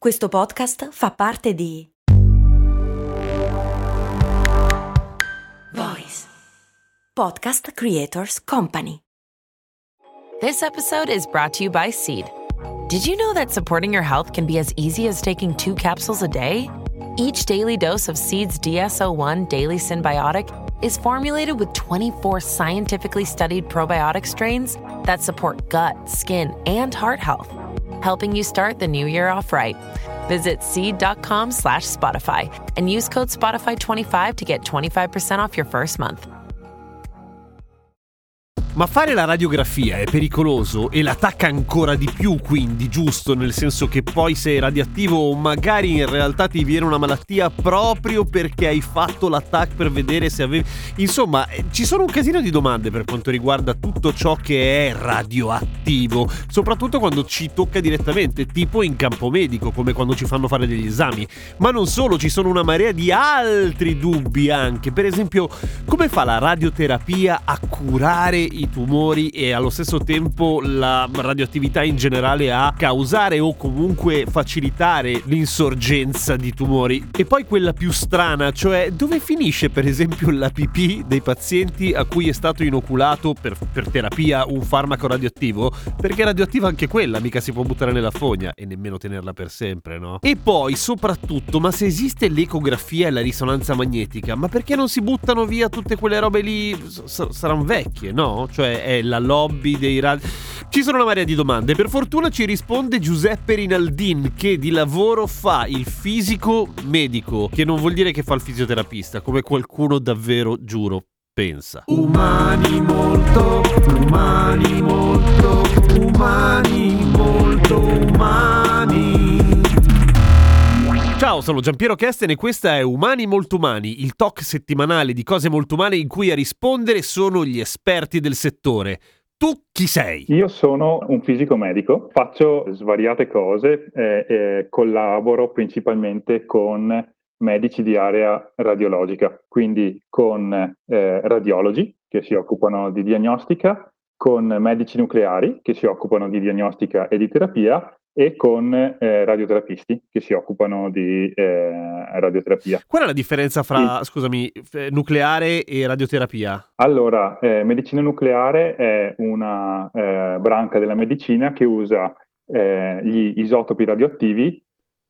Questo podcast fa parte di Voice Podcast Creators Company. This episode is brought to you by Seed. Did you know that supporting your health can be as easy as taking 2 capsules a day? Each daily dose of Seed's DS-01 Daily Synbiotic is formulated with 24 scientifically studied probiotic strains that support gut, skin, and heart health, helping you start the new year off right. Visit seed.com/Spotify and use code Spotify25 to get 25% off your first month. Ma fare la radiografia è pericoloso e l'attacca ancora di più, quindi, giusto? Nel senso che poi sei radioattivo o magari in realtà ti viene una malattia proprio perché hai fatto l'attacco per vedere se avevi... Insomma, ci sono un casino di domande per quanto riguarda tutto ciò che è radioattivo, soprattutto quando ci tocca direttamente, tipo in campo medico, come quando ci fanno fare degli esami. Ma non solo, ci sono una marea di altri dubbi anche. Per esempio, come fa la radioterapia a curare i tumori e allo stesso tempo la radioattività in generale a causare o comunque facilitare l'insorgenza di tumori? E poi quella più strana, cioè dove finisce per esempio la pipì dei pazienti a cui è stato inoculato per terapia un farmaco radioattivo? Perché è radioattiva anche quella, mica si può buttare nella fogna e nemmeno tenerla per sempre, no? E poi soprattutto, ma se esiste l'ecografia e la risonanza magnetica, ma perché non si buttano via tutte quelle robe lì? Saranno vecchie, no? Cioè è la lobby dei radio. Ci sono una marea di domande. Per fortuna ci risponde Giuseppe Rinaldin, che di lavoro fa il fisico medico, che non vuol dire che fa il fisioterapista, come qualcuno davvero, giuro, pensa. Umani molto umani, molto umani, molto umani. Ciao, sono Giampiero Kesten e questa è Umani Molto Umani, il talk settimanale di cose molto umane in cui a rispondere sono gli esperti del settore. Tu chi sei? Io sono un fisico medico, faccio svariate cose e collaboro principalmente con medici di area radiologica, quindi con radiologi che si occupano di diagnostica, con medici nucleari che si occupano di diagnostica e di terapia e con radioterapisti che si occupano di radioterapia. Qual è la differenza fra, scusami, nucleare e radioterapia? Allora, medicina nucleare è una branca della medicina che usa gli isotopi radioattivi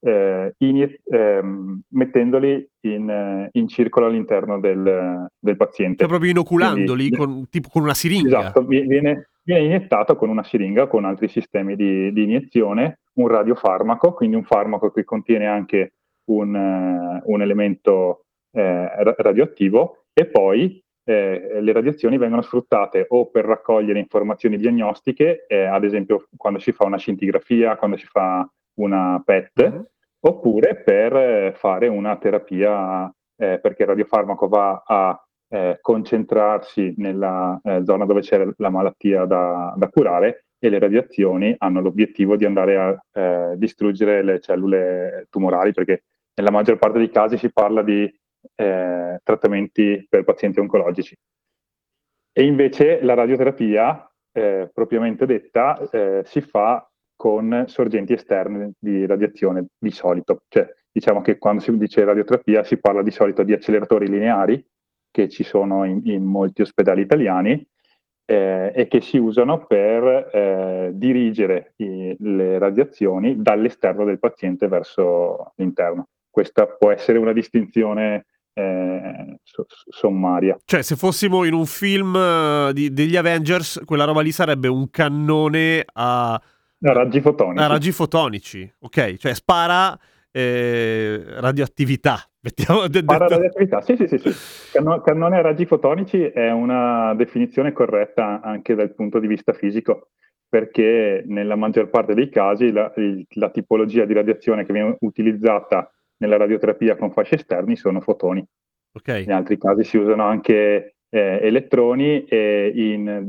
mettendoli in circolo all'interno del paziente. Cioè proprio inoculandoli Quindi, tipo con una siringa? Esatto, viene iniettato con una siringa o con altri sistemi di iniezione, un radiofarmaco, quindi un farmaco che contiene anche un elemento radioattivo, e poi le radiazioni vengono sfruttate o per raccogliere informazioni diagnostiche, ad esempio quando si fa una scintigrafia, quando si fa una PET, oppure per fare una terapia, perché il radiofarmaco va a concentrarsi nella zona dove c'è la malattia da curare, e le radiazioni hanno l'obiettivo di andare a distruggere le cellule tumorali, perché nella maggior parte dei casi si parla di trattamenti per pazienti oncologici. E invece la radioterapia, propriamente detta, si fa con sorgenti esterne di radiazione di solito. Cioè, diciamo che quando si dice radioterapia si parla di solito di acceleratori lineari, che ci sono in molti ospedali italiani, e che si usano per dirigere le radiazioni dall'esterno del paziente verso l'interno. Questa può essere una distinzione sommaria. Cioè, se fossimo in un film degli Avengers, quella roba lì sarebbe un cannone a raggi fotonici. A raggi fotonici, ok? Cioè spara radioattività. Spara radioattività, sì. Cannone a raggi fotonici è una definizione corretta anche dal punto di vista fisico, perché nella maggior parte dei casi la tipologia di radiazione che viene utilizzata nella radioterapia con fasci esterni sono fotoni. Okay. In altri casi si usano anche elettroni, e in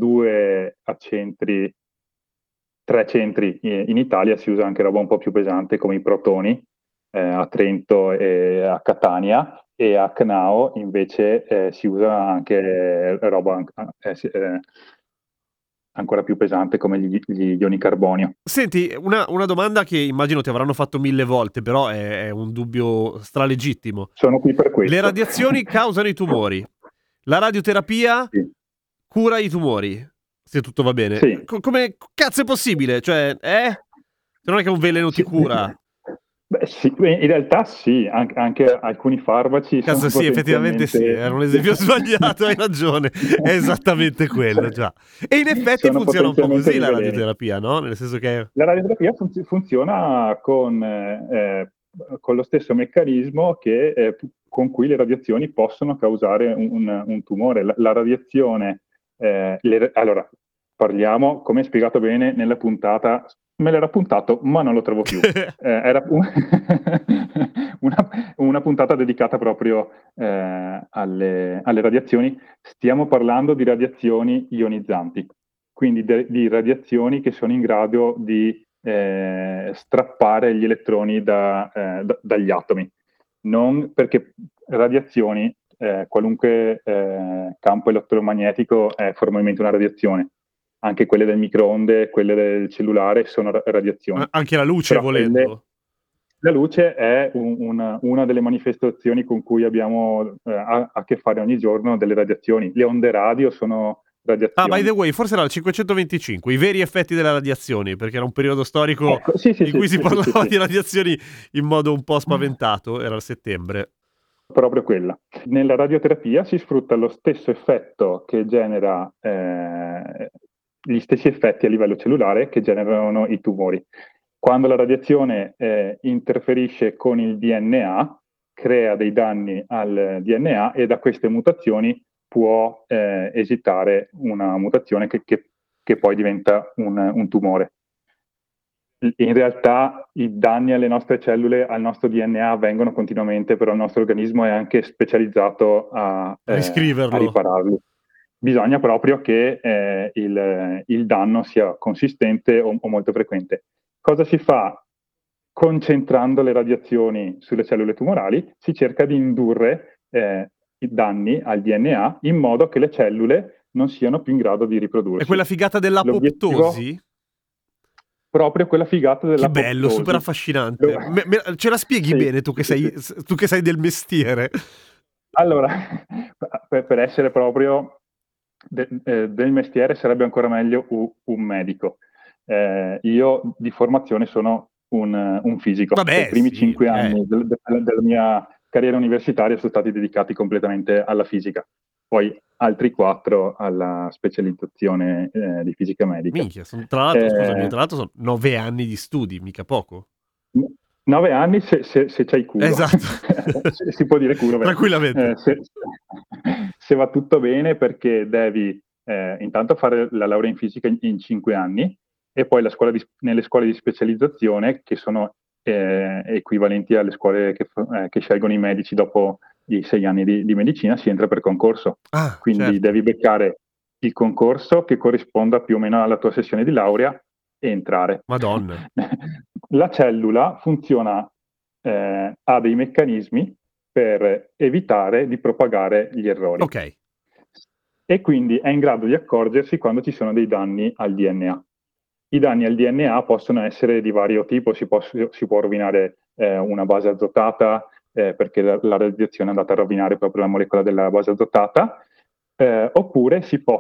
3 centri in Italia si usa anche roba un po' più pesante come i protoni, a Trento e a Catania, e a CNAO invece si usa anche roba ancora più pesante come gli ioni carbonio. Senti, una domanda che immagino ti avranno fatto 1000 volte, però è un dubbio stralegittimo. Sono qui per questo. Le radiazioni causano i tumori. La radioterapia Sì. cura i tumori, se tutto va bene. Sì. Come cazzo è possibile? Cioè, non è che un veleno ti cura. Beh, sì, in realtà sì, anche alcuni farmaci Cazzo, sono sì, effettivamente sì, era un esempio sbagliato, hai ragione, è esattamente quello, già. E in effetti sono funziona un po' potenzialmente così la veleni. radioterapia, no? Nel senso che... La radioterapia funziona con lo stesso meccanismo con cui le radiazioni possono causare un tumore. La radiazione, allora, parliamo, come hai spiegato bene nella puntata, me l'ero appuntato, ma non lo trovo più. Era una puntata dedicata proprio alle radiazioni. Stiamo parlando di radiazioni ionizzanti, quindi di radiazioni che sono in grado di strappare gli elettroni dagli atomi. Non perché radiazioni, qualunque campo elettromagnetico è formalmente una radiazione. Anche quelle del microonde, quelle del cellulare sono radiazioni. Anche la luce, Però volendo. la luce è una delle manifestazioni con cui abbiamo a che fare ogni giorno delle radiazioni. Le onde radio sono radiazioni. Ah, by the way, forse era il 525, i veri effetti delle radiazioni, perché era un periodo storico in cui si parlava di radiazioni in modo un po' spaventato, era il settembre. Proprio quella. Nella radioterapia si sfrutta lo stesso effetto che genera gli stessi effetti a livello cellulare che generano i tumori. Quando la radiazione interferisce con il DNA, crea dei danni al DNA e da queste mutazioni può esitare una mutazione che poi diventa un tumore. In realtà i danni alle nostre cellule, al nostro DNA avvengono continuamente, però il nostro organismo è anche specializzato a ripararli. Bisogna proprio che il danno sia consistente o molto frequente. Cosa si fa? Concentrando le radiazioni sulle cellule tumorali, si cerca di indurre i danni al DNA in modo che le cellule non siano più in grado di riprodursi. È quella figata dell'apoptosi? Proprio quella figata dell'apoptosi. Che bello, super affascinante. Ce la spieghi bene tu che sei del mestiere? Allora, per essere proprio del mestiere sarebbe ancora meglio un medico. Io di formazione sono un fisico. Vabbè, I primi 5 anni della mia carriera universitaria sono stati dedicati completamente alla fisica. Poi altri 4 alla specializzazione di fisica medica. Minchia, tra l'altro sono 9 anni di studi, mica poco. 9 anni se c'hai culo. Esatto. Si può dire culo. Tranquillamente. Se va tutto bene, perché devi intanto fare la laurea in fisica in 5 anni e poi nelle scuole di specializzazione, che sono equivalenti alle scuole che scelgono i medici dopo i 6 anni di medicina, si entra per concorso. Quindi certo. devi beccare il concorso che corrisponda più o meno alla tua sessione di laurea e entrare. Madonna. La cellula funziona, ha dei meccanismi per evitare di propagare gli errori. Ok. E quindi è in grado di accorgersi quando ci sono dei danni al DNA. I danni al DNA possono essere di vario tipo, si può rovinare una base azotata, perché la radiazione è andata a rovinare proprio la molecola della base azotata, oppure si può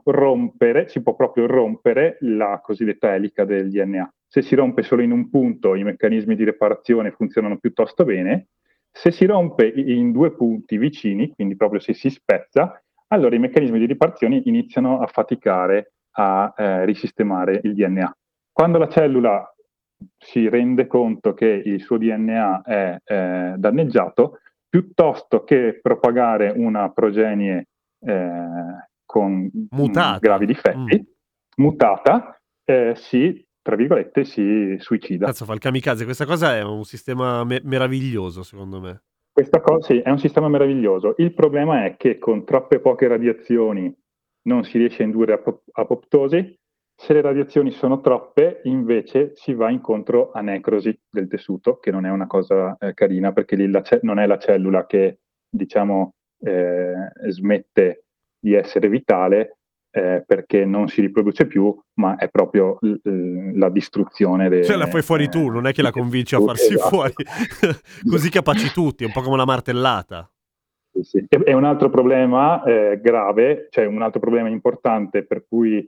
proprio rompere la cosiddetta elica del DNA. Se si rompe solo in un punto, i meccanismi di riparazione funzionano piuttosto bene. Se si rompe in 2 punti vicini, quindi proprio se si spezza, allora i meccanismi di riparazione iniziano a faticare a risistemare il DNA. Quando la cellula si rende conto che il suo DNA è danneggiato, piuttosto che propagare una progenie con gravi difetti, mutata, tra virgolette, si suicida. Cazzo, fa il kamikaze. Questa cosa è un sistema meraviglioso, secondo me. Questa cosa, sì, è un sistema meraviglioso. Il problema è che con troppe poche radiazioni non si riesce a indurre apoptosi. Se le radiazioni sono troppe, invece si va incontro a necrosi del tessuto, che non è una cosa carina, perché lì non è la cellula che, diciamo, smette di essere vitale, perché non si riproduce più, ma è proprio la distruzione. Cioè la fai fuori tu, non è che la convinci a farsi esatto. fuori. Così capaci tutti, è un po' come una martellata. Sì. E un altro problema grave, cioè un altro problema importante per cui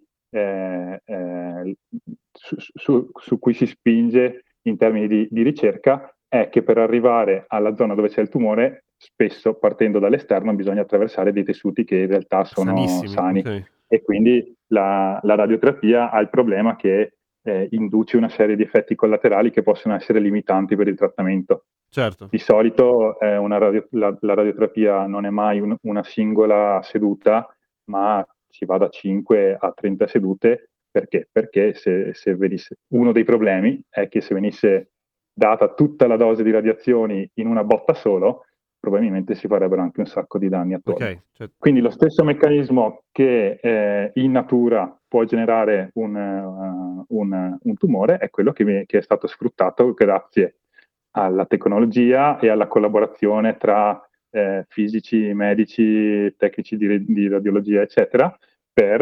su cui si spinge in termini di ricerca, è che per arrivare alla zona dove c'è il tumore, spesso partendo dall'esterno bisogna attraversare dei tessuti che in realtà sono Sanissimi, sani. ok. E quindi la radioterapia ha il problema che induce una serie di effetti collaterali che possono essere limitanti per il trattamento. Certo. Di solito la radioterapia non è mai una singola seduta, ma si va da 5 a 30 sedute. Perché? Perché se venisse, uno dei problemi è che se venisse data tutta la dose di radiazioni in una botta solo, probabilmente si farebbero anche un sacco di danni attorno. Ok, cioè, Quindi lo stesso meccanismo che in natura può generare un tumore è quello che è stato sfruttato grazie alla tecnologia e alla collaborazione tra fisici, medici, tecnici di radiologia, eccetera, per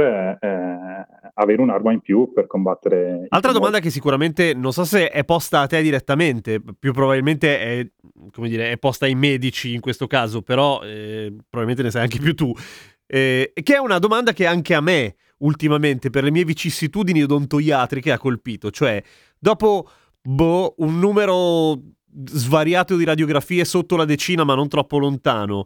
avere un'arma in più per combattere i altra tumori. domanda che sicuramente non so se è posta a te direttamente, più probabilmente è, come dire, è posta ai medici in questo caso, però probabilmente ne sai anche più tu, che è una domanda che anche a me ultimamente per le mie vicissitudini odontoiatriche ha colpito, cioè dopo un numero svariato di radiografie sotto la decina ma non troppo lontano,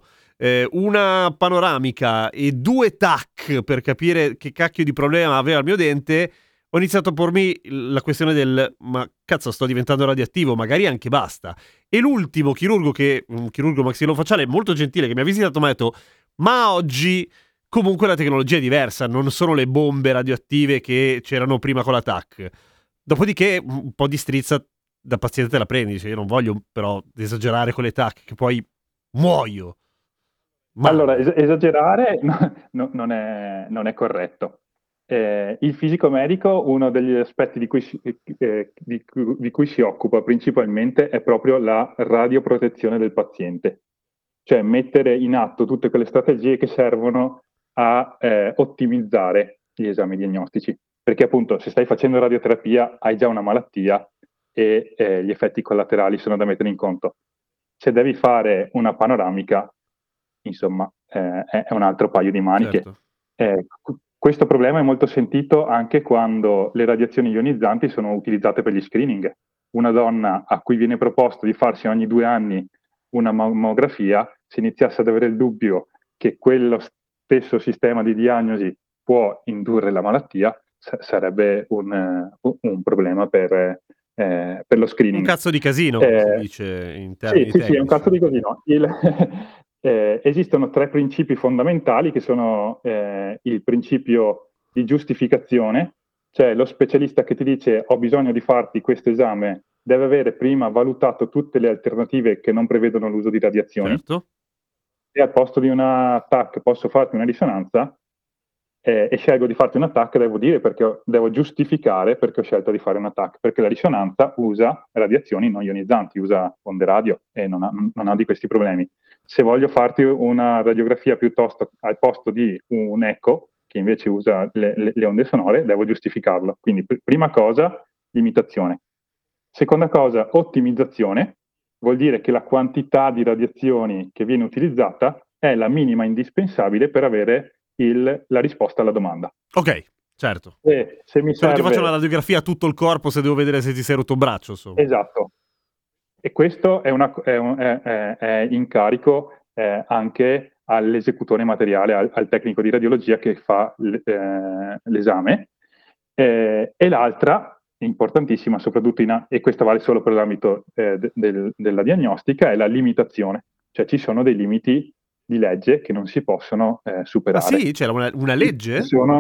una panoramica e 2 TAC per capire che cacchio di problema aveva il mio dente, ho iniziato a pormi la questione del ma cazzo sto diventando radioattivo, magari anche basta. E l'ultimo chirurgo un chirurgo maxillofacciale molto gentile che mi ha visitato mi ha detto ma oggi comunque la tecnologia è diversa, non sono le bombe radioattive che c'erano prima con la TAC. Dopodiché un po' di strizza da paziente te la prendi, dice io non voglio però esagerare con le TAC che poi muoio. Allora, esagerare non è corretto. Il fisico medico, uno degli aspetti di cui si occupa principalmente è proprio la radioprotezione del paziente, cioè mettere in atto tutte quelle strategie che servono a ottimizzare gli esami diagnostici, perché appunto se stai facendo radioterapia hai già una malattia e gli effetti collaterali sono da mettere in conto. Se devi fare una panoramica, insomma, è un altro paio di maniche. Certo. Questo problema è molto sentito anche quando le radiazioni ionizzanti sono utilizzate per gli screening. Una donna a cui viene proposto di farsi ogni 2 anni una mammografia, se iniziasse ad avere il dubbio che quello stesso sistema di diagnosi può indurre la malattia, sarebbe un problema per lo screening. Un cazzo di casino, come si dice in termini tecnici. Sì, è un cazzo di casino. Esistono 3 principi fondamentali che sono il principio di giustificazione, cioè lo specialista che ti dice ho bisogno di farti questo esame deve avere prima valutato tutte le alternative che non prevedono l'uso di radiazioni. Certo. E al posto di una TAC posso farti una risonanza e scelgo di farti una TAC, devo giustificare perché ho scelto di fare una TAC, perché la risonanza usa radiazioni non ionizzanti, usa onde radio e non ha di questi problemi. Se voglio farti una radiografia piuttosto al posto di un eco, che invece usa le onde sonore, devo giustificarlo. Quindi prima cosa, limitazione. Seconda cosa, ottimizzazione. Vuol dire che la quantità di radiazioni che viene utilizzata è la minima indispensabile per avere la risposta alla domanda. Ok, certo. Se mi serve... non ti faccio una radiografia a tutto il corpo se devo vedere se ti sei rotto un braccio, insomma. Esatto. E questo è in carico anche all'esecutore materiale, al tecnico di radiologia che fa l'esame. E l'altra, importantissima, soprattutto e questo vale solo per l'ambito della diagnostica, è la limitazione. Cioè ci sono dei limiti di legge che non si possono superare. Ah sì? C'era una legge?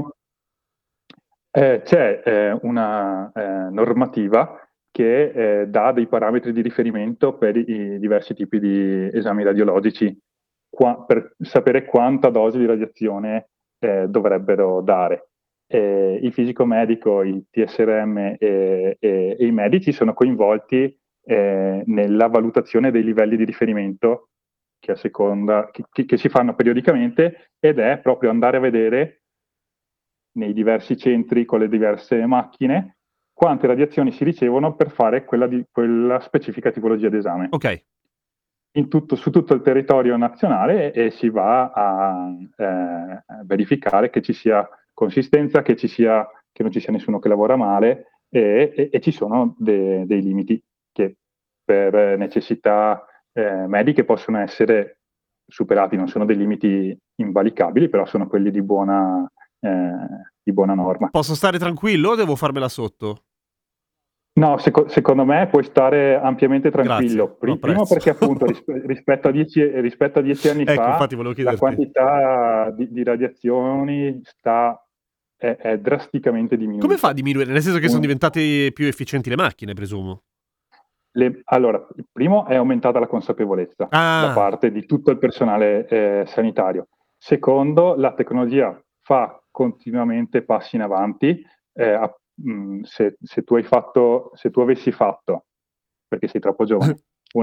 C'è una normativa che dà dei parametri di riferimento per i diversi tipi di esami radiologici, per sapere quanta dose di radiazione dovrebbero dare. Il fisico medico, il TSRM e i medici sono coinvolti nella valutazione dei livelli di riferimento che a seconda che si fanno periodicamente, ed è proprio andare a vedere nei diversi centri con le diverse macchine quante radiazioni si ricevono per fare quella specifica tipologia d'esame. Ok. Su tutto il territorio nazionale, e si va a verificare che ci sia consistenza, che non ci sia nessuno che lavora male, e ci sono dei limiti che per necessità mediche possono essere superati. Non sono dei limiti invalicabili, però sono quelli di buona norma. Posso stare tranquillo o devo farmela sotto? No, secondo me puoi stare ampiamente tranquillo. Grazie, Primo perché appunto rispetto a 10 anni ecco, fa infatti volevo la chiederti. quantità di radiazioni è drasticamente diminuita. Come fa a diminuire? Nel senso che sono diventate più efficienti le macchine, presumo. Allora, il primo è aumentata la consapevolezza da parte di tutto il personale sanitario. Secondo, la tecnologia fa continuamente passi in avanti. Se tu avessi fatto, perché sei troppo giovane,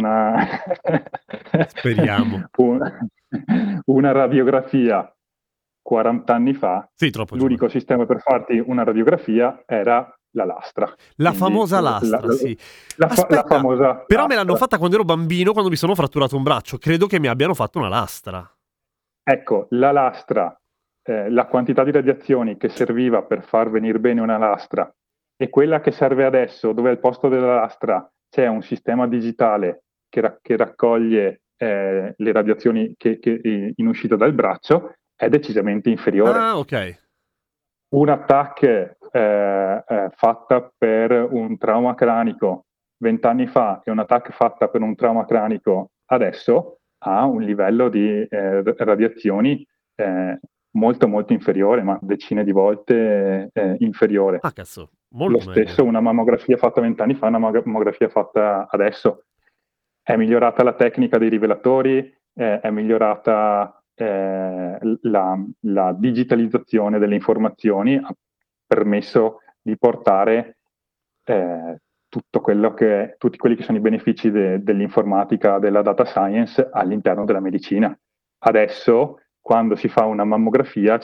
Speriamo. una radiografia 40 anni fa, Sì, troppo l'unico sistema per farti una radiografia era la lastra. La famosa lastra, sì. Aspetta, la famosa però lastra. me l'hanno fatta quando ero bambino, quando mi sono fratturato un braccio. Credo che mi abbiano fatto una lastra. Ecco, la lastra, la quantità di radiazioni che serviva per far venire bene una lastra e quella che serve adesso, dove al posto della lastra c'è un sistema digitale che raccoglie le radiazioni che in uscita dal braccio, è decisamente inferiore. Ah, ok. Un TAC fatta per un trauma cranico 20 anni fa e una TAC fatta per un trauma cranico adesso ha un livello di radiazioni molto molto inferiore, ma decine di volte inferiore. Ah, cazzo, molto Lo stesso, una mammografia fatta 20 anni fa, una mammografia fatta adesso. È migliorata la tecnica dei rivelatori, è migliorata la digitalizzazione delle informazioni, ha permesso di portare tutti quelli che sono i benefici dell'informatica, della data science all'interno della medicina. Adesso, quando si fa una mammografia,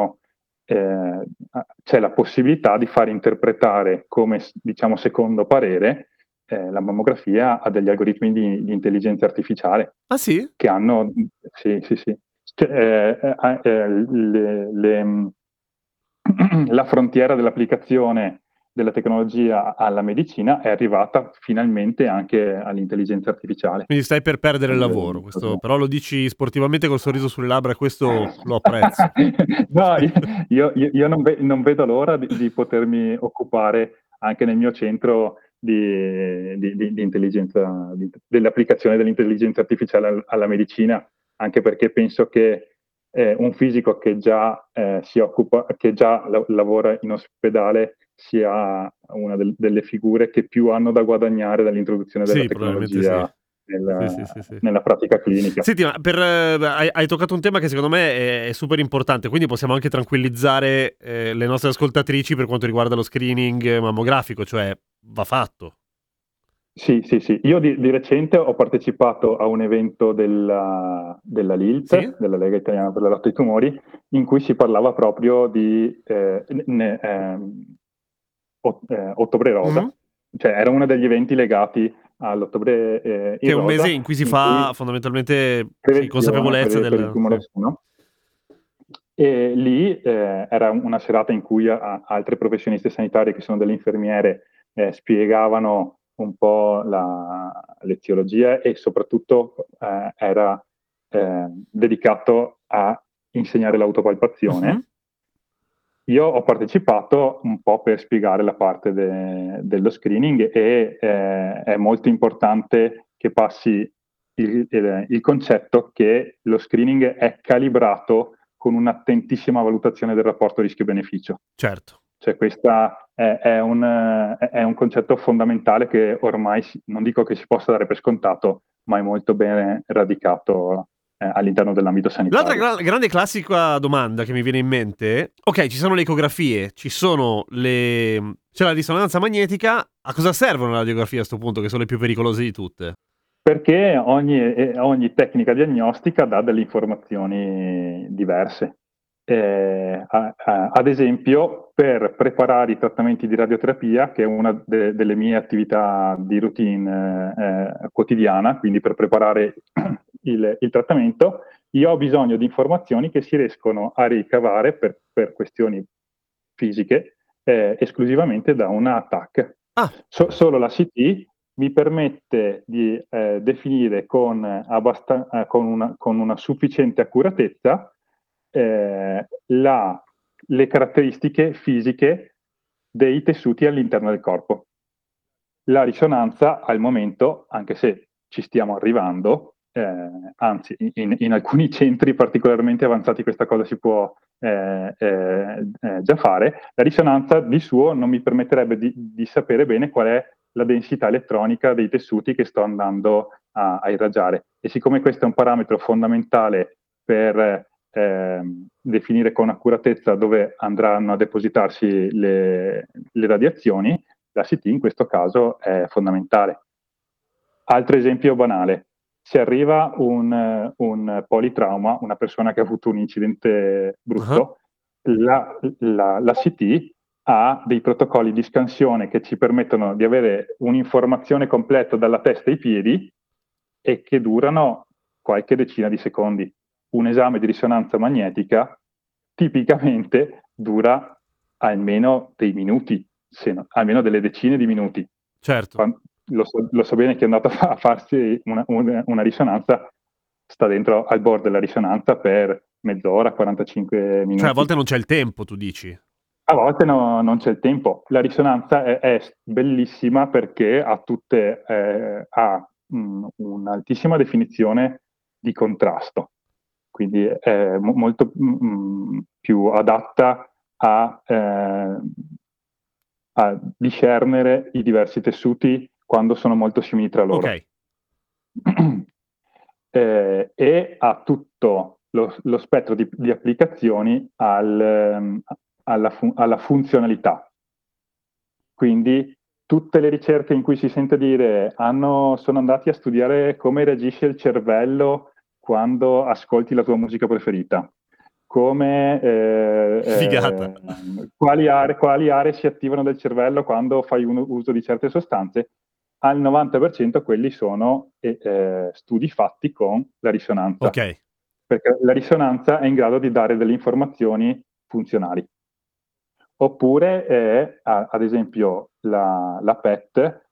c'è la possibilità di far interpretare come, diciamo, secondo parere la mammografia a degli algoritmi di intelligenza artificiale. Ah sì? Che hanno... Sì. La frontiera dell'applicazione della tecnologia alla medicina è arrivata finalmente anche all'intelligenza artificiale. Quindi stai per perdere il lavoro, questo, però lo dici sportivamente col sorriso sulle labbra, questo lo apprezzo. No, io non vedo l'ora di potermi occupare anche nel mio centro di intelligenza, dell'applicazione dell'intelligenza artificiale alla medicina, anche perché penso che un fisico che già lavora in ospedale sia una delle figure che più hanno da guadagnare dall'introduzione della tecnologia nella pratica clinica. Senti, ma hai toccato un tema che secondo me è super importante, quindi possiamo anche tranquillizzare le nostre ascoltatrici per quanto riguarda lo screening mammografico, cioè va fatto. Sì. Io di recente ho partecipato a un evento della LILT, sì? Della Lega Italiana per la Lotta ai Tumori, in cui si parlava proprio di Ottobre Rosa. Mm-hmm. Cioè era uno degli eventi legati all'Ottobre che è un mese in cui si fa fondamentalmente consapevolezza del tumore al seno. E lì era una serata in cui altre professioniste sanitarie, che sono delle infermiere, spiegavano un po' l'eziologia e soprattutto era dedicato a insegnare l'autopalpazione. Uh-huh. Io ho partecipato un po' per spiegare la parte dello screening e è molto importante che passi il concetto che lo screening è calibrato con un'attentissima valutazione del rapporto rischio-beneficio. Certo. Cioè questa è un concetto fondamentale che ormai non dico che si possa dare per scontato, ma è molto ben radicato all'interno dell'ambito sanitario. L'altra grande classica domanda che mi viene in mente, ok, ci sono le ecografie, c'è la risonanza magnetica, a cosa servono le radiografie a questo punto, che sono le più pericolose di tutte? Perché ogni tecnica diagnostica dà delle informazioni diverse. ad esempio, per preparare i trattamenti di radioterapia, che è una delle mie attività di routine quotidiana, quindi per preparare il trattamento, io ho bisogno di informazioni che si riescono a ricavare per questioni fisiche esclusivamente da una TAC. Solo la CT mi permette di definire con una sufficiente accuratezza le caratteristiche fisiche dei tessuti all'interno del corpo. La risonanza al momento, anche se ci stiamo arrivando, anzi in alcuni centri particolarmente avanzati questa cosa si può già fare, la risonanza di suo non mi permetterebbe di sapere bene qual è la densità elettronica dei tessuti che sto andando a irraggiare. E siccome questo è un parametro fondamentale per definire con accuratezza dove andranno a depositarsi le radiazioni, la CT in questo caso è fondamentale. Altro esempio banale: se arriva un politrauma, una persona che ha avuto un incidente brutto, la CT ha dei protocolli di scansione che ci permettono di avere un'informazione completa dalla testa ai piedi e che durano qualche decina di secondi. Un esame di risonanza magnetica tipicamente dura almeno dei minuti, almeno delle decine di minuti. Certo. Lo so bene che è andato a farsi una risonanza, sta dentro al board della risonanza per mezz'ora, 45 minuti. Cioè a volte non c'è il tempo, tu dici? A volte non c'è il tempo. La risonanza è bellissima perché ha un'altissima definizione di contrasto, quindi è molto più adatta a discernere i diversi tessuti quando sono molto simili tra loro. Ok. E ha tutto lo spettro di applicazioni alla funzionalità. Quindi tutte le ricerche in cui si sente dire sono andati a studiare come reagisce il cervello quando ascolti la tua musica preferita, Figata. quali aree si attivano del cervello quando fai uso di certe sostanze, al 90% quelli sono studi fatti con la risonanza. Ok. Perché la risonanza è in grado di dare delle informazioni funzionali. Oppure, ad esempio, la PET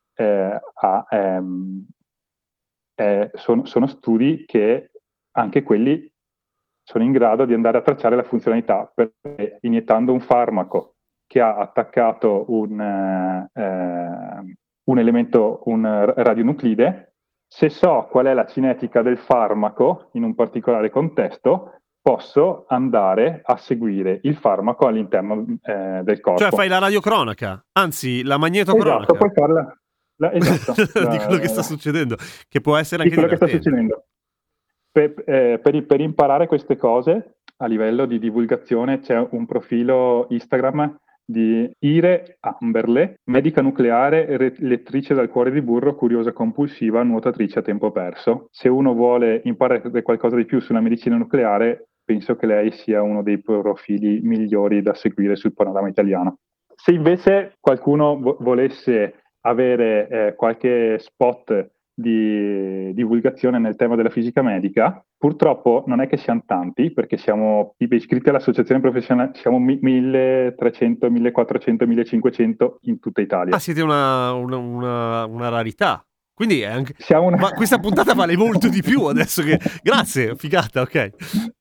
sono studi che anche quelli sono in grado di andare a tracciare la funzionalità, perché iniettando un farmaco che ha attaccato un elemento, un radionuclide, se so qual è la cinetica del farmaco in un particolare contesto, posso andare a seguire il farmaco all'interno del corpo. Cioè fai la radiocronaca, anzi la magnetocronaca. Esatto, puoi farla. Esatto, di quello che sta succedendo, che può essere anche di quello divertente. che sta succedendo. Per imparare queste cose, a livello di divulgazione, c'è un profilo Instagram di Ire Amberle, medica nucleare, lettrice dal cuore di burro, curiosa compulsiva, nuotatrice a tempo perso. Se uno vuole imparare qualcosa di più sulla medicina nucleare, penso che lei sia uno dei profili migliori da seguire sul panorama italiano. Se invece qualcuno volesse avere qualche spot di divulgazione nel tema della fisica medica, purtroppo non è che siamo tanti, perché siamo iscritti all'associazione professionale, siamo 1300, 1400, 1500 in tutta Italia. Siete una rarità. Quindi è anche... Siamo Ma questa puntata vale molto di più adesso che... Grazie, figata, ok.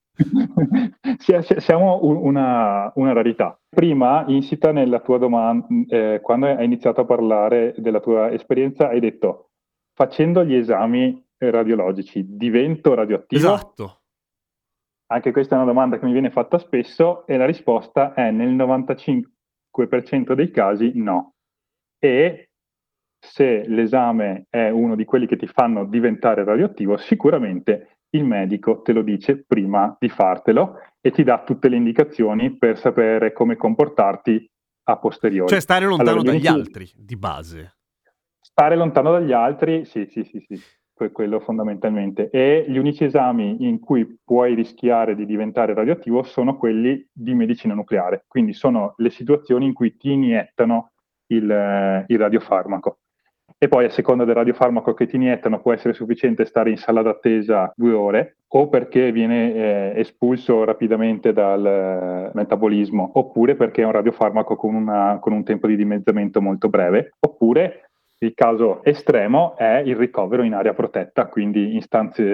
Siamo una rarità. Prima, insita nella tua domanda, quando hai iniziato a parlare della tua esperienza, hai detto: facendo gli esami radiologici divento radioattivo? Esatto. Anche questa è una domanda che mi viene fatta spesso e la risposta è: nel 95% dei casi no. E se l'esame è uno di quelli che ti fanno diventare radioattivo, sicuramente il medico te lo dice prima di fartelo e ti dà tutte le indicazioni per sapere come comportarti a posteriori. Cioè stare lontano dagli altri, di base. Stare lontano dagli altri, sì. quello fondamentalmente. E gli unici esami in cui puoi rischiare di diventare radioattivo sono quelli di medicina nucleare, quindi sono le situazioni in cui ti iniettano il radiofarmaco. E poi a seconda del radiofarmaco che ti iniettano può essere sufficiente stare in sala d'attesa 2 ore, o perché viene espulso rapidamente dal metabolismo, oppure perché è un radiofarmaco con un tempo di dimezzamento molto breve, oppure il caso estremo è il ricovero in area protetta, quindi in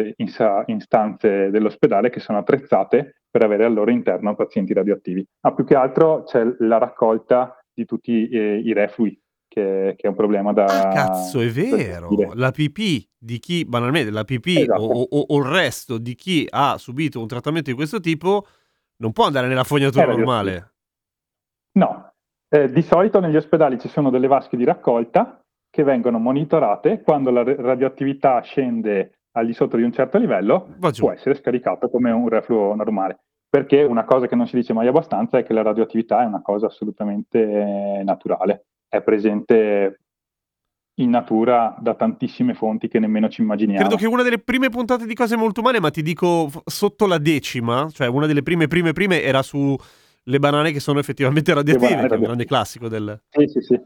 stanze dell'ospedale che sono attrezzate per avere al loro interno pazienti radioattivi. Ma più che altro c'è la raccolta di tutti i reflui, che è un problema da... Cazzo, è vero! La pipì di chi, banalmente, la pipì Esatto. o il resto di chi ha subito un trattamento di questo tipo non può andare nella fognatura normale. No, di solito negli ospedali ci sono delle vasche di raccolta che vengono monitorate. Quando la radioattività scende al di sotto di un certo livello, può essere scaricato come un refluo normale. Perché una cosa che non si dice mai abbastanza è che la radioattività è una cosa assolutamente naturale. È presente in natura da tantissime fonti che nemmeno ci immaginiamo. Credo che una delle prime puntate di Cose Molto Umane, ma ti dico sotto la 10ª, cioè una delle prime era su le banane che sono effettivamente radioattive, che è un grande classico del... Sì.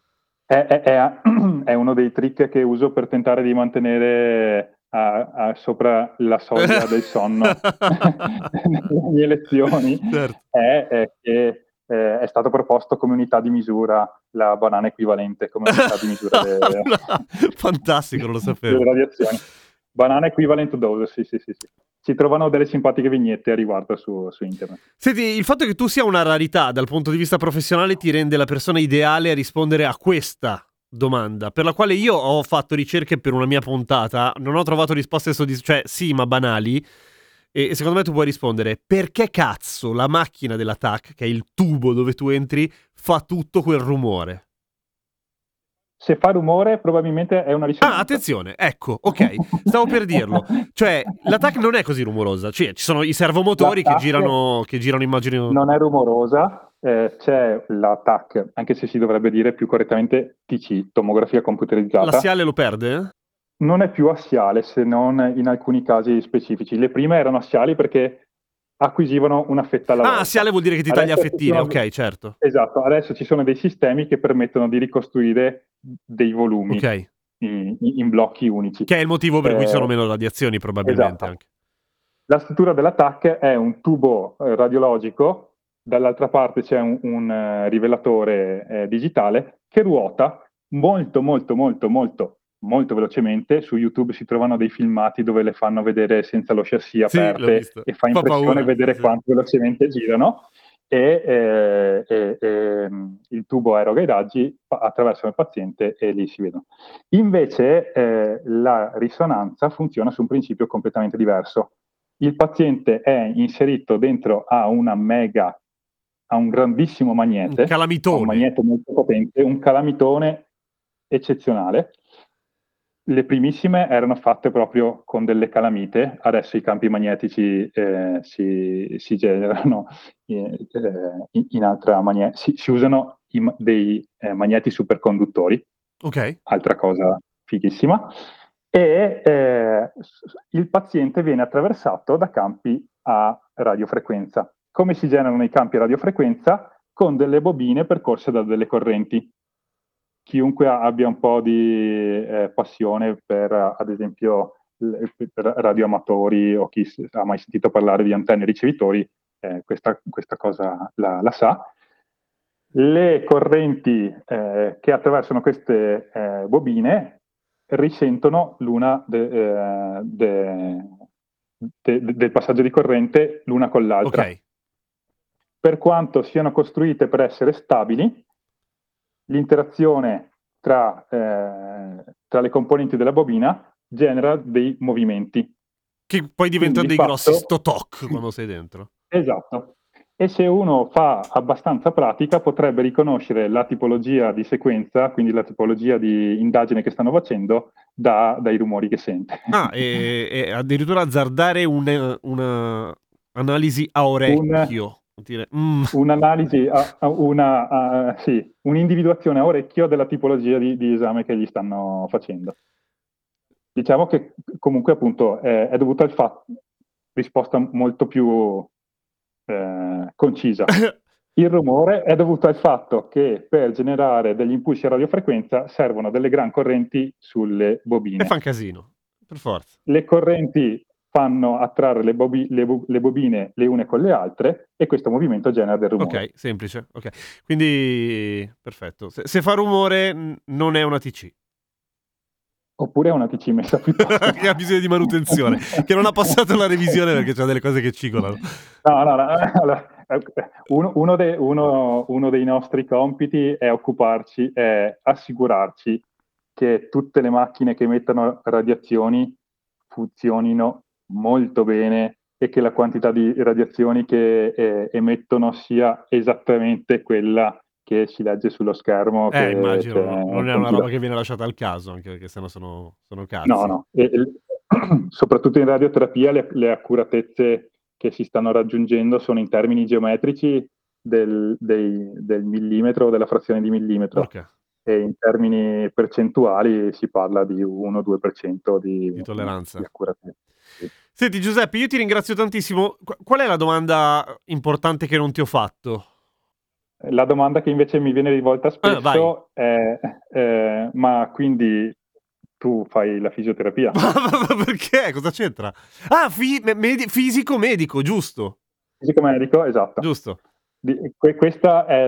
È uno dei trick che uso per tentare di mantenere sopra la soglia del sonno nelle mie lezioni. Certo. È che è stato proposto come unità di misura la banana equivalente, come unità di misura fantastico, non lo sapevo. delle radiazioni. Banana equivalent dose, sì. Si trovano delle simpatiche vignette a riguardo su internet. Senti, il fatto che tu sia una rarità dal punto di vista professionale ti rende la persona ideale a rispondere a questa domanda, per la quale io ho fatto ricerche per una mia puntata, non ho trovato risposte cioè sì, ma banali, e secondo me tu puoi rispondere: perché cazzo la macchina della TAC, che è il tubo dove tu entri, fa tutto quel rumore? Se fa rumore probabilmente è una risonanza. Ah, attenzione, ecco, ok, stavo per dirlo. Cioè, la TAC non è così rumorosa, cioè ci sono i servomotori che girano immagino... Non è rumorosa, c'è la TAC, anche se si dovrebbe dire più correttamente TC, tomografia computerizzata. L'assiale lo perde? Non è più assiale, se non in alcuni casi specifici. Le prime erano assiali perché acquisivano una fetta alla volta. Assiale vuol dire che ti taglia a fettine, ok, certo. Esatto, adesso ci sono dei sistemi che permettono di ricostruire dei volumi in blocchi unici. Che è il motivo per cui ci sono meno radiazioni, probabilmente. Esatto. Anche. La struttura della TAC è un tubo radiologico, dall'altra parte c'è un rivelatore digitale che ruota molto velocemente. Su YouTube si trovano dei filmati dove le fanno vedere senza lo chassis aperte, e fa impressione vedere quanto velocemente girano. E il tubo eroga i raggi, attraversano il paziente e lì si vedono. Invece la risonanza funziona su un principio completamente diverso. Il paziente è inserito dentro a un grandissimo magnete, un magnete molto potente, un calamitone eccezionale. Le primissime erano fatte proprio con delle calamite, adesso i campi magnetici si generano in altra maniera, si usano dei magneti superconduttori, altra cosa fighissima, e il paziente viene attraversato da campi a radiofrequenza. Come si generano i campi a radiofrequenza? Con delle bobine percorse da delle correnti. Chiunque abbia un po' di passione per, ad esempio, per radioamatori, o chi ha mai sentito parlare di antenne ricevitori, questa cosa la sa. Le correnti che attraversano queste bobine risentono l'una del passaggio di corrente l'una con l'altra. Per quanto siano costruite per essere stabili, l'interazione tra le componenti della bobina genera dei movimenti. Che poi diventano dei grossi stotoc quando sei dentro. Esatto. E se uno fa abbastanza pratica potrebbe riconoscere la tipologia di sequenza, quindi la tipologia di indagine che stanno facendo, dai rumori che sente. E addirittura azzardare una analisi a orecchio. Un'analisi, un'individuazione a orecchio della tipologia di esame che gli stanno facendo. Diciamo che comunque appunto è dovuto al fatto, risposta molto più concisa. Il rumore è dovuto al fatto che per generare degli impulsi a radiofrequenza servono delle gran correnti sulle E bobine. fa un casino, per forza. Le correnti fanno attrarre le bobine le une con le altre e questo movimento genera del rumore. Ok, semplice. Ok, quindi perfetto. Se fa rumore non è una TC. Oppure è una TC messa piuttosto. Che ha bisogno di manutenzione, che non ha passato la revisione perché c'ha delle cose che cigolano. No, allora, uno dei nostri compiti è assicurarci che tutte le macchine che emettono radiazioni funzionino molto bene e che la quantità di radiazioni che emettono sia esattamente quella che si legge sullo schermo. Che Immagino, non è una continua. roba che viene lasciata al caso, anche perché sennò sono cazzi. No. Soprattutto in radioterapia le accuratezze che si stanno raggiungendo sono in termini geometrici del millimetro o della frazione di millimetro. Porca. E in termini percentuali si parla di 1-2% Di tolleranza. di accuratezza. Sì. Senti Giuseppe, io ti ringrazio tantissimo. Qual è la domanda importante che non ti ho fatto? La domanda che invece mi viene rivolta spesso è ma quindi tu fai la fisioterapia? Ma perché? Cosa c'entra? Ah, fisico medico, giusto? Fisico medico, esatto. Giusto. Questa è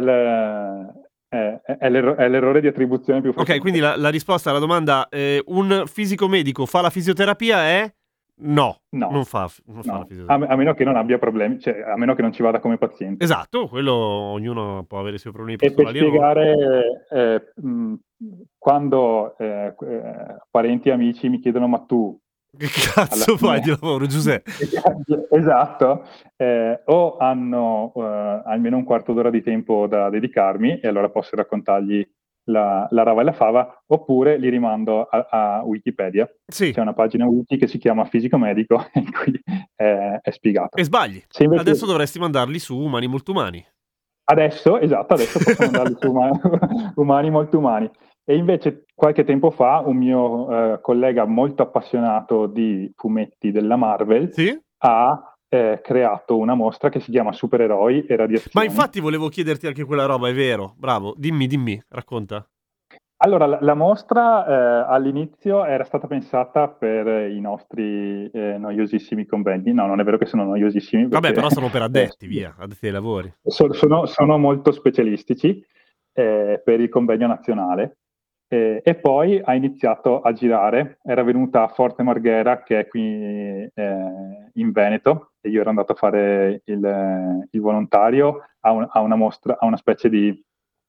l'errore di attribuzione più frequente. Ok, quindi la risposta alla domanda un fisico medico fa la fisioterapia è no, non fa la fisioterapia. A meno che non abbia problemi, cioè a meno che non ci vada come paziente. Esatto, quello ognuno può avere i suoi problemi E per personali. spiegare, quando parenti e amici mi chiedono ma tu che cazzo fai di lavoro, Giuseppe? Esatto, o hanno almeno un quarto d'ora di tempo da dedicarmi e allora posso raccontargli la rava e la fava, oppure li rimando a Wikipedia. Sì. C'è una pagina wiki che si chiama Fisico Medico in cui è spiegato. E sbagli. Adesso dovresti mandarli su Umani Molto Umani. Adesso posso mandarli su Umani Molto Umani. E invece qualche tempo fa un mio collega molto appassionato di fumetti della Marvel ha creato una mostra che si chiama Supereroi e Radiazioni. Ma infatti volevo chiederti anche quella roba, è vero, bravo, dimmi, racconta. Allora, la mostra all'inizio era stata pensata per i nostri noiosissimi convegni. No, non è vero che sono noiosissimi. Vabbè, però sono per addetti, addetti ai lavori. Sono molto specialistici per il convegno nazionale. E poi ha iniziato a girare, era venuta a Forte Marghera, che è qui in Veneto, e io ero andato a fare il volontario a una mostra, a una specie di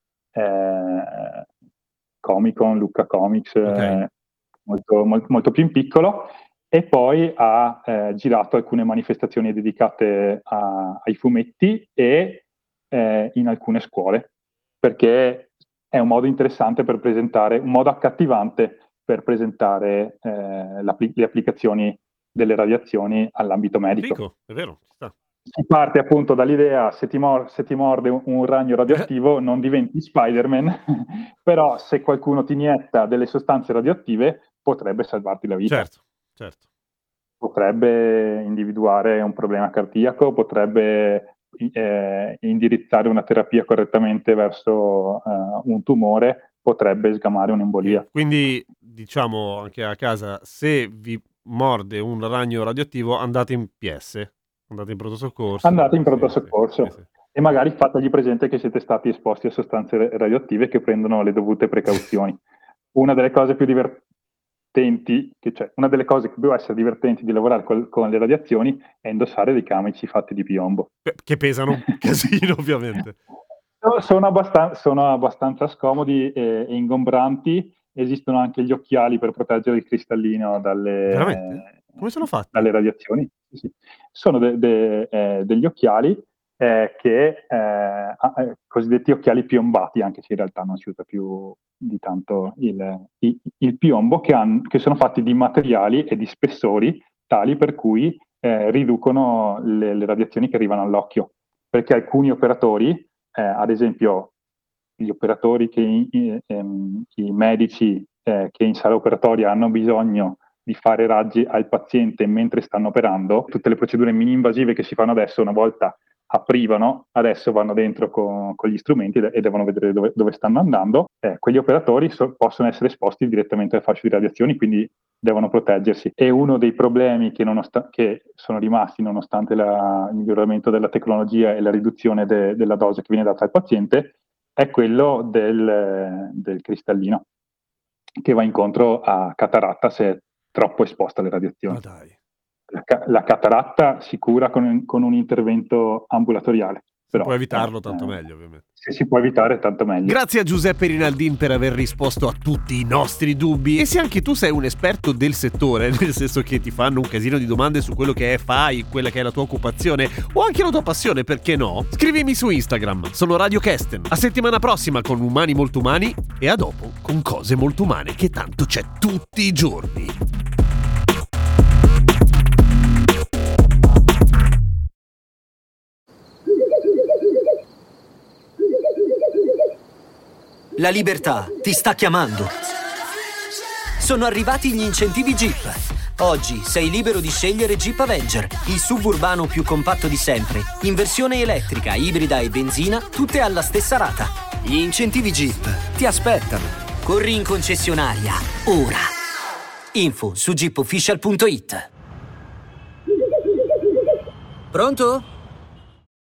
Comic Con, Lucca Comics, molto più in piccolo, e poi ha girato alcune manifestazioni dedicate ai fumetti e in alcune scuole, perché è un modo interessante per presentare, un modo accattivante per presentare le applicazioni delle radiazioni all'ambito medico. Fico, è vero, ci sta. Si parte appunto dall'idea, se ti morde un ragno radioattivo non diventi Spider-Man, però se qualcuno ti inietta delle sostanze radioattive potrebbe salvarti la vita. Certo. Potrebbe individuare un problema cardiaco, potrebbe indirizzare una terapia correttamente verso un tumore, potrebbe sgamare un'embolia. Quindi diciamo anche a casa, se vi morde un ragno radioattivo andate in PS, andate in pronto soccorso. Andate in pronto soccorso. Sì. E magari fategli presente che siete stati esposti a sostanze radioattive che prendono le dovute precauzioni. Una delle cose più divertenti, una delle cose che può essere divertenti di lavorare con le radiazioni è indossare dei camici fatti di piombo. Che pesano un casino, ovviamente. Sono abbastanza scomodi e ingombranti. Esistono anche gli occhiali per proteggere il cristallino Veramente? Come sono fatti? Dalle radiazioni. Sì. Sono degli occhiali cosiddetti occhiali piombati, anche se in realtà non si usa più di tanto il piombo, che sono fatti di materiali e di spessori tali per cui riducono le radiazioni che arrivano all'occhio, perché alcuni operatori, ad esempio gli operatori i medici che in sala operatoria hanno bisogno di fare raggi al paziente mentre stanno operando. Tutte le procedure mini-invasive che si fanno adesso, una volta aprivano, adesso vanno dentro con gli strumenti e devono vedere dove stanno andando. Quegli operatori possono essere esposti direttamente alle fasce di radiazioni, quindi devono proteggersi. E uno dei problemi che sono rimasti nonostante il miglioramento della tecnologia e la riduzione della dose che viene data al paziente è quello del cristallino, che va incontro a cataratta se è troppo esposta alle radiazioni. Dai. La cataratta si cura con un intervento ambulatoriale. Se può evitarlo, tanto meglio, ovviamente. Se si può evitare, tanto meglio. Grazie a Giuseppe Rinaldin per aver risposto a tutti i nostri dubbi. E se anche tu sei un esperto del settore, nel senso che ti fanno un casino di domande su quello che fai, quella che è la tua occupazione o anche la tua passione, perché no? Scrivimi su Instagram, sono Radio Kesten. A settimana prossima con Umani Molto Umani e a dopo con Cose Molto Umane, che tanto c'è tutti i giorni. La libertà ti sta chiamando. Sono arrivati gli incentivi Jeep. Oggi sei libero di scegliere Jeep Avenger, il suburbano più compatto di sempre, in versione elettrica, ibrida e benzina, tutte alla stessa rata. Gli incentivi Jeep ti aspettano. Corri in concessionaria, ora. Info su jeepofficial.it. Pronto?